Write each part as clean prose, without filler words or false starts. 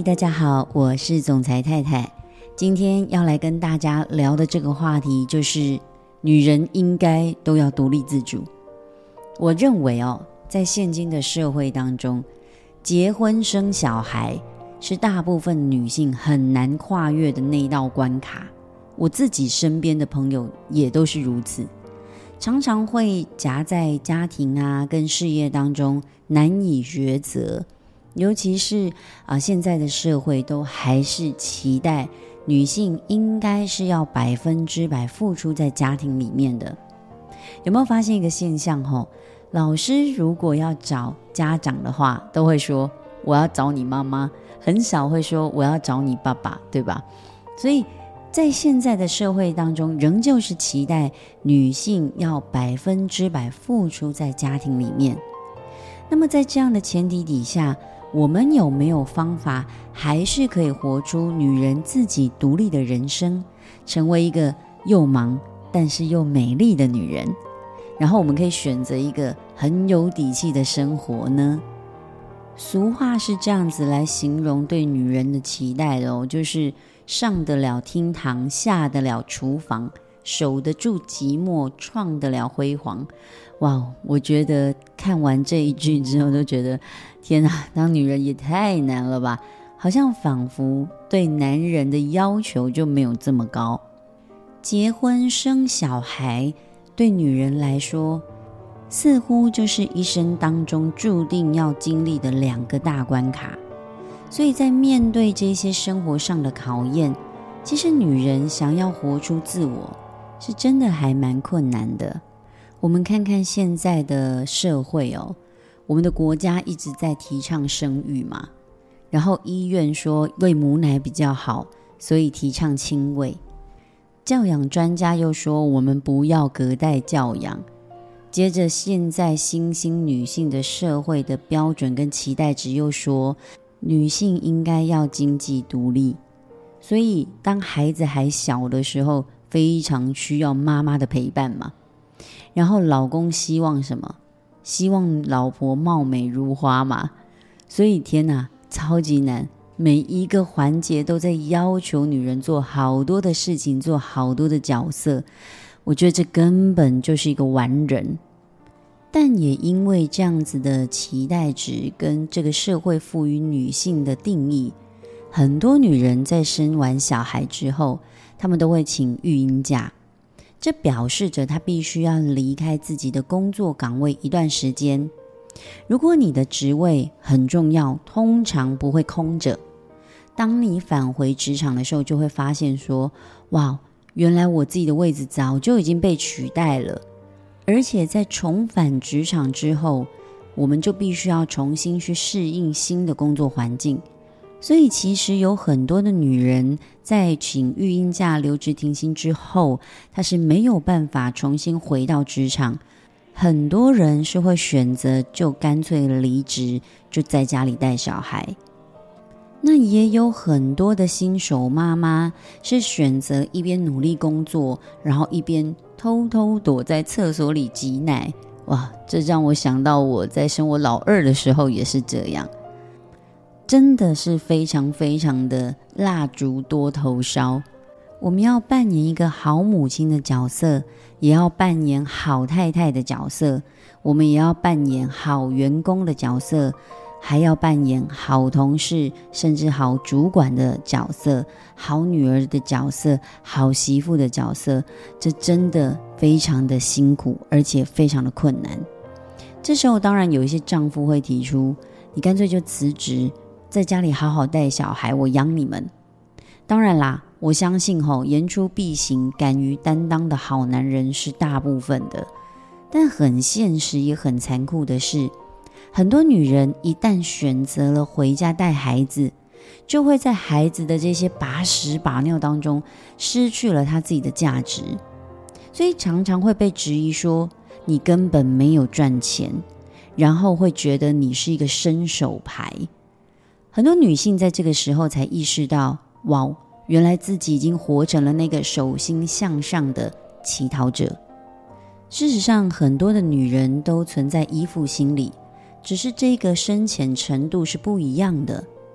大家好，我是总裁太太。今天要来跟大家聊的这个话题就是女人应该都要独立自主。我认为在现今的社会当中，结婚生小孩是大部分女性很难跨越的那一道关卡。我自己身边的朋友也都是如此，常常会夹在家庭跟事业当中难以抉择。尤其是现在的社会都还是期待女性应该是要100%付出在家庭里面的。有没有发现一个现象老师如果要找家长的话，都会说我要找你妈妈，很少会说我要找你爸爸，对吧？所以在现在的社会当中，仍旧是期待女性要100%付出在家庭里面。那么在这样的前提底下，我们有没有方法还是可以活出女人自己独立的人生，成为一个又忙但是又美丽的女人，然后我们可以选择一个很有底气的生活呢？俗话是这样子来形容对女人的期待的就是上得了厅堂，下得了厨房，守得住寂寞，创得了辉煌。哇，我觉得看完这一句之后都觉得天哪，当女人也太难了吧，好像仿佛对男人的要求就没有这么高。结婚生小孩对女人来说似乎就是一生当中注定要经历的2个大关卡，所以在面对这些生活上的考验，其实女人想要活出自我是真的还蛮困难的。我们看看现在的社会我们的国家一直在提倡生育嘛，然后医院说喂母奶比较好，所以提倡亲喂。教养专家又说我们不要隔代教养。接着现在新兴女性的社会的标准跟期待值又说女性应该要经济独立，所以当孩子还小的时候非常需要妈妈的陪伴嘛。然后老公希望什么？希望老婆貌美如花嘛。所以天哪，超级难，每一个环节都在要求女人做好多的事情，做好多的角色。我觉得这根本就是一个完人。但也因为这样子的期待值跟这个社会赋予女性的定义，很多女人在生完小孩之后，她们都会请育婴假。这表示着她必须要离开自己的工作岗位一段时间。如果你的职位很重要，通常不会空着。当你返回职场的时候，就会发现说，哇，原来我自己的位置早就已经被取代了。而且在重返职场之后，我们就必须要重新去适应新的工作环境。所以其实有很多的女人在请育婴假留职停薪之后，她是没有办法重新回到职场。很多人是会选择就干脆离职，就在家里带小孩。那也有很多的新手妈妈是选择一边努力工作，然后一边偷偷躲在厕所里挤奶。哇，这让我想到我在生我老二的时候也是这样。真的是非常非常的蜡烛多头烧。我们要扮演一个好母亲的角色，也要扮演好太太的角色，我们也要扮演好员工的角色，还要扮演好同事，甚至好主管的角色，好女儿的角色，好媳妇的角色。这真的非常的辛苦，而且非常的困难。这时候当然有一些丈夫会提出，你干脆就辞职，在家里好好带小孩，我养你们。当然啦，我相信言出必行，敢于担当的好男人是大部分的。但很现实也很残酷的是，很多女人一旦选择了回家带孩子，就会在孩子的这些把屎把尿当中失去了她自己的价值。所以常常会被质疑说你根本没有赚钱，然后会觉得你是一个伸手牌。很多女性在这个时候才意识到，哇，原来自己已经活成了那个手心向上的乞讨者。事实上，很多的女人都存在依附心理，只是这个深浅程度是不一样的。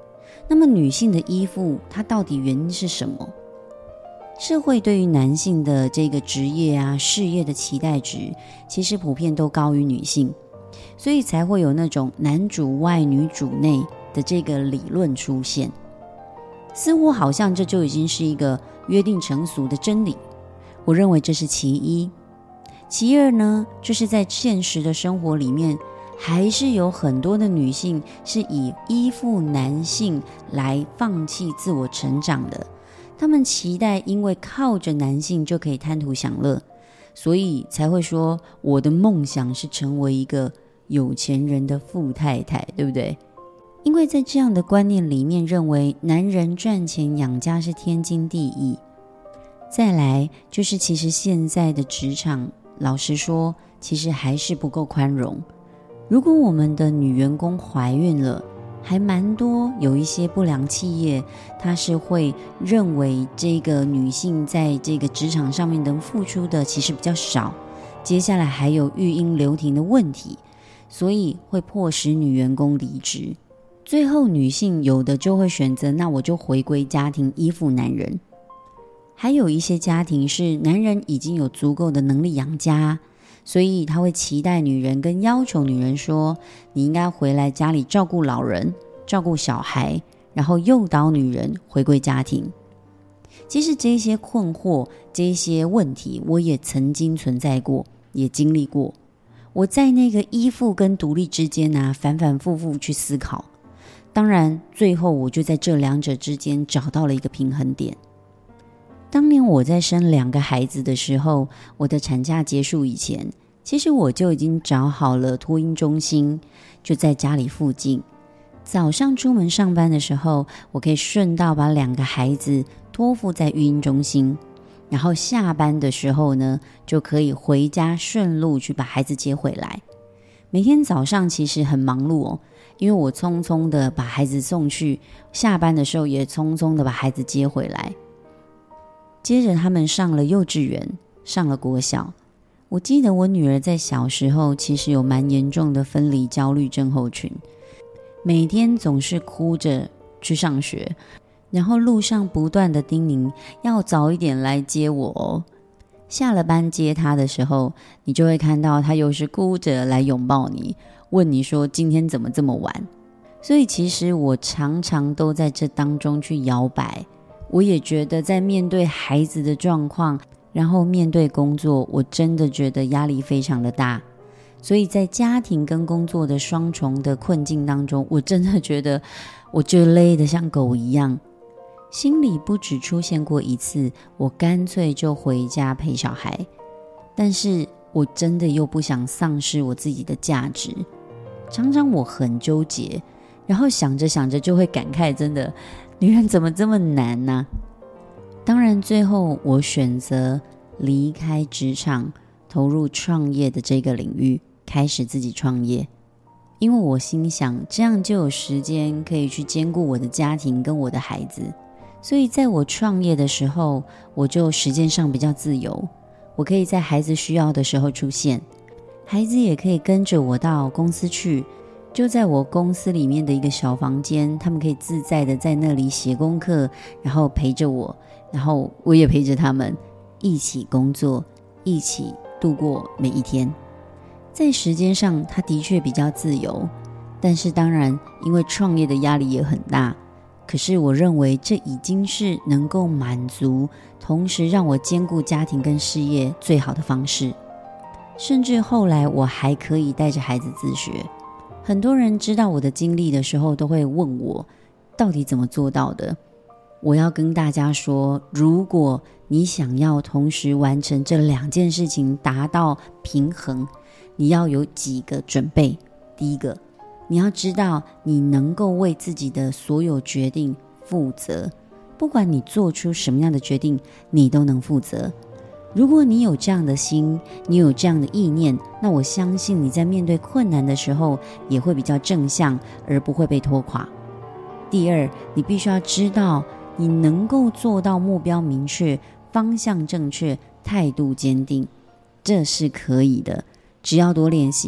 那么女性的依附，它到底原因是什么？社会对于男性的这个职业啊、事业的期待值，其实普遍都高于女性，所以才会有那种男主外女主内的这个理论出现。似乎好像这就已经是一个约定成俗的真理，我认为这是其一。其二呢，就是在现实的生活里面，还是有很多的女性是以依附男性来放弃自我成长的，她们期待因为靠着男性就可以贪图享乐，所以才会说我的梦想是成为一个有钱人的富太太，对不对？因为在这样的观念里面，认为男人赚钱养家是天经地义。再来就是其实现在的职场，老实说其实还是不够宽容。如果我们的女员工怀孕了，还蛮多有一些不良企业，它是会认为这个女性在这个职场上面能付出的其实比较少，接下来还有育婴留停的问题，所以会迫使女员工离职。最后女性有的就会选择，那我就回归家庭依附男人。还有一些家庭是男人已经有足够的能力养家，所以他会期待女人跟要求女人说，你应该回来家里照顾老人，照顾小孩，然后诱导女人回归家庭。其实这些困惑，这些问题我也曾经存在过，也经历过。我在那个依附跟独立之间反反复复去思考。当然最后我就在这两者之间找到了一个平衡点。当年我在生2个孩子的时候，我的产假结束以前，其实我就已经找好了托婴中心，就在家里附近。早上出门上班的时候，我可以顺道把2个孩子托付在育婴中心，然后下班的时候呢，就可以回家顺路去把孩子接回来。每天早上其实很忙碌哦，因为我匆匆的把孩子送去，下班的时候也匆匆的把孩子接回来。接着他们上了幼稚园，上了国小。我记得我女儿在小时候其实有蛮严重的分离焦虑症候群，每天总是哭着去上学，然后路上不断的叮咛要早一点来接我哦。下了班接她的时候，你就会看到她又是哭着来拥抱你，问你说今天怎么这么晚。所以其实我常常都在这当中去摇摆。我也觉得在面对孩子的状况，然后面对工作，我真的觉得压力非常的大。所以在家庭跟工作的双重的困境当中，我真的觉得我就累得像狗一样。心里不止出现过一次，我干脆就回家陪小孩，但是我真的又不想丧失我自己的价值。常常我很纠结，然后想着想着就会感慨，真的女人怎么这么难呢？当然最后我选择离开职场，投入创业的这个领域，开始自己创业。因为我心想这样就有时间可以去兼顾我的家庭跟我的孩子，所以在我创业的时候，我就时间上比较自由，我可以在孩子需要的时候出现，孩子也可以跟着我到公司去，就在我公司里面的一个小房间，他们可以自在的在那里写功课，然后陪着我，然后我也陪着他们一起工作，一起度过每一天。在时间上他的确比较自由，但是当然因为创业的压力也很大，可是我认为这已经是能够满足同时让我兼顾家庭跟事业最好的方式。甚至后来我还可以带着孩子自学。很多人知道我的经历的时候，都会问我到底怎么做到的。我要跟大家说，如果你想要同时完成这2件事情，达到平衡，你要有几个准备。第一个，你要知道你能够为自己的所有决定负责，不管你做出什么样的决定，你都能负责。如果你有这样的心，你有这样的意念，那我相信你在面对困难的时候也会比较正向，而不会被拖垮。第二，你必须要知道你能够做到目标明确，方向正确，态度坚定，这是可以的，只要多练习。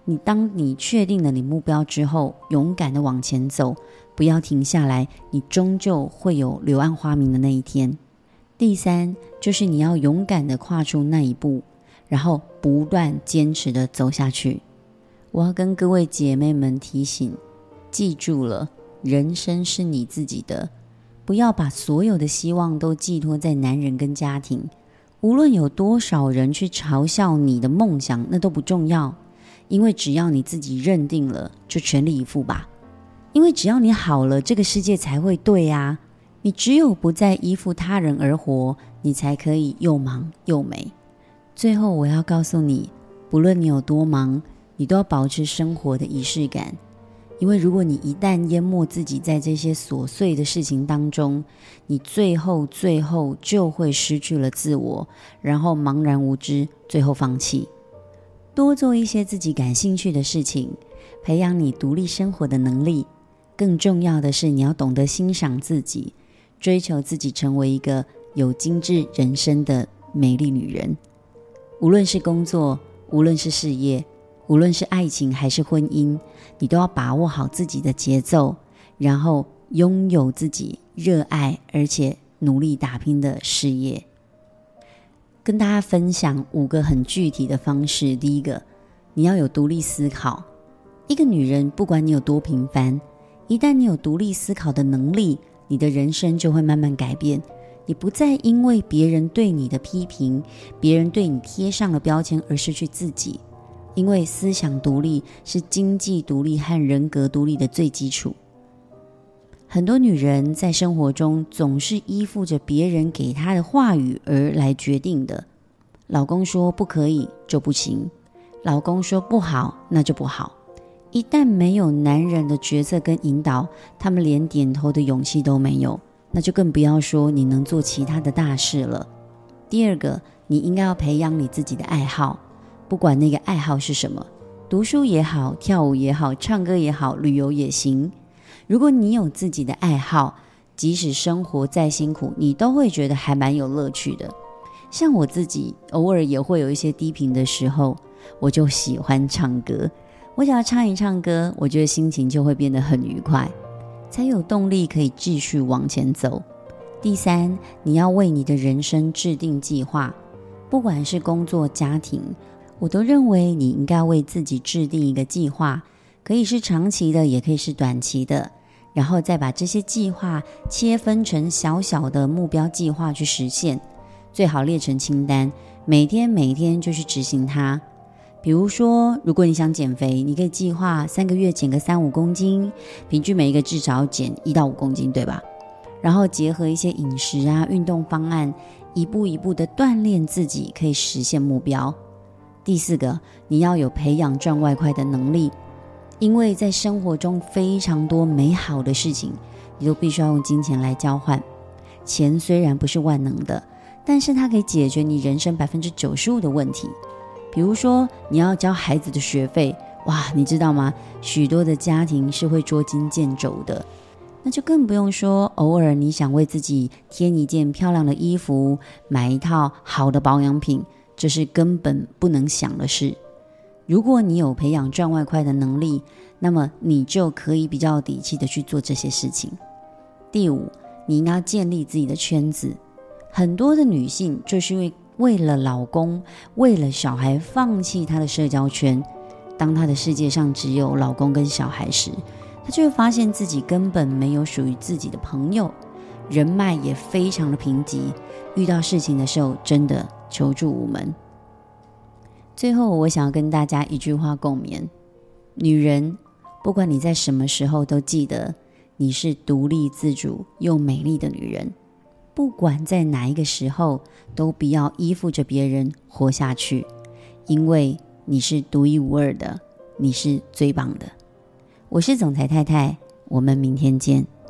当你确定了你目标之后，勇敢的往前走，不要停下来，你终究会有柳暗花明的那一天。第三，就是你要勇敢的跨出那一步，然后不断坚持的走下去。我要跟各位姐妹们提醒，记住了，人生是你自己的，不要把所有的希望都寄托在男人跟家庭。无论有多少人去嘲笑你的梦想，那都不重要，因为只要你自己认定了，就全力以赴吧。因为只要你好了，这个世界才会对啊。你只有不再依附他人而活，你才可以又忙又美。最后我要告诉你，不论你有多忙，你都要保持生活的仪式感。因为如果你一旦淹没自己在这些琐碎的事情当中，你最后就会失去了自我，然后茫然无知，最后放弃。多做一些自己感兴趣的事情，培养你独立生活的能力。更重要的是，你要懂得欣赏自己，追求自己成为一个有精致人生的美丽女人。无论是工作，无论是事业，无论是爱情还是婚姻，你都要把握好自己的节奏，然后拥有自己热爱而且努力打拼的事业。跟大家分享5个很具体的方式。第一个，你要有独立思考。一个女人不管你有多平凡，一旦你有独立思考的能力，你的人生就会慢慢改变。你不再因为别人对你的批评，别人对你贴上了标签而失去自己。因为思想独立是经济独立和人格独立的最基础。很多女人在生活中总是依附着别人给她的话语而来决定的。老公说不可以就不行，老公说不好那就不好。一旦没有男人的角色跟引导，他们连点头的勇气都没有，那就更不要说你能做其他的大事了。第二个，你应该要培养你自己的爱好，不管那个爱好是什么，读书也好，跳舞也好，唱歌也好，旅游也行。如果你有自己的爱好，即使生活再辛苦，你都会觉得还蛮有乐趣的。像我自己偶尔也会有一些低频的时候，我就喜欢唱歌。我只要唱一唱歌，我觉得心情就会变得很愉快，才有动力可以继续往前走。第三，你要为你的人生制定计划，不管是工作、家庭，我都认为你应该为自己制定一个计划，可以是长期的，也可以是短期的，然后再把这些计划切分成小小的目标计划去实现，最好列成清单，每天就去执行它。比如说，如果你想减肥，你可以计划3个月减个3-5公斤，平均每一个至少减1到5公斤，对吧？然后结合一些饮食啊、运动方案，一步一步的锻炼自己，可以实现目标。第4个，你要有培养赚外快的能力，因为在生活中非常多美好的事情，你都必须要用金钱来交换。钱虽然不是万能的，但是它可以解决你人生95%的问题。比如说你要交孩子的学费，哇，你知道吗？许多的家庭是会捉襟见肘的，那就更不用说偶尔你想为自己添一件漂亮的衣服，买一套好的保养品，这是根本不能想的事。如果你有培养赚外快的能力，那么你就可以比较有底气的去做这些事情。第5，你应该要建立自己的圈子。很多的女性就是因为为了老公，为了小孩放弃她的社交圈，当她的世界上只有老公跟小孩时，她就会发现自己根本没有属于自己的朋友，人脉也非常的贫瘠，遇到事情的时候真的求助无门。最后我想要跟大家一句话共勉，女人不管你在什么时候都记得，你是独立自主又美丽的女人，不管在哪一个时候都不要依附着别人活下去，因为你是独一无二的，你是最棒的。我是总裁太太，我们明天见。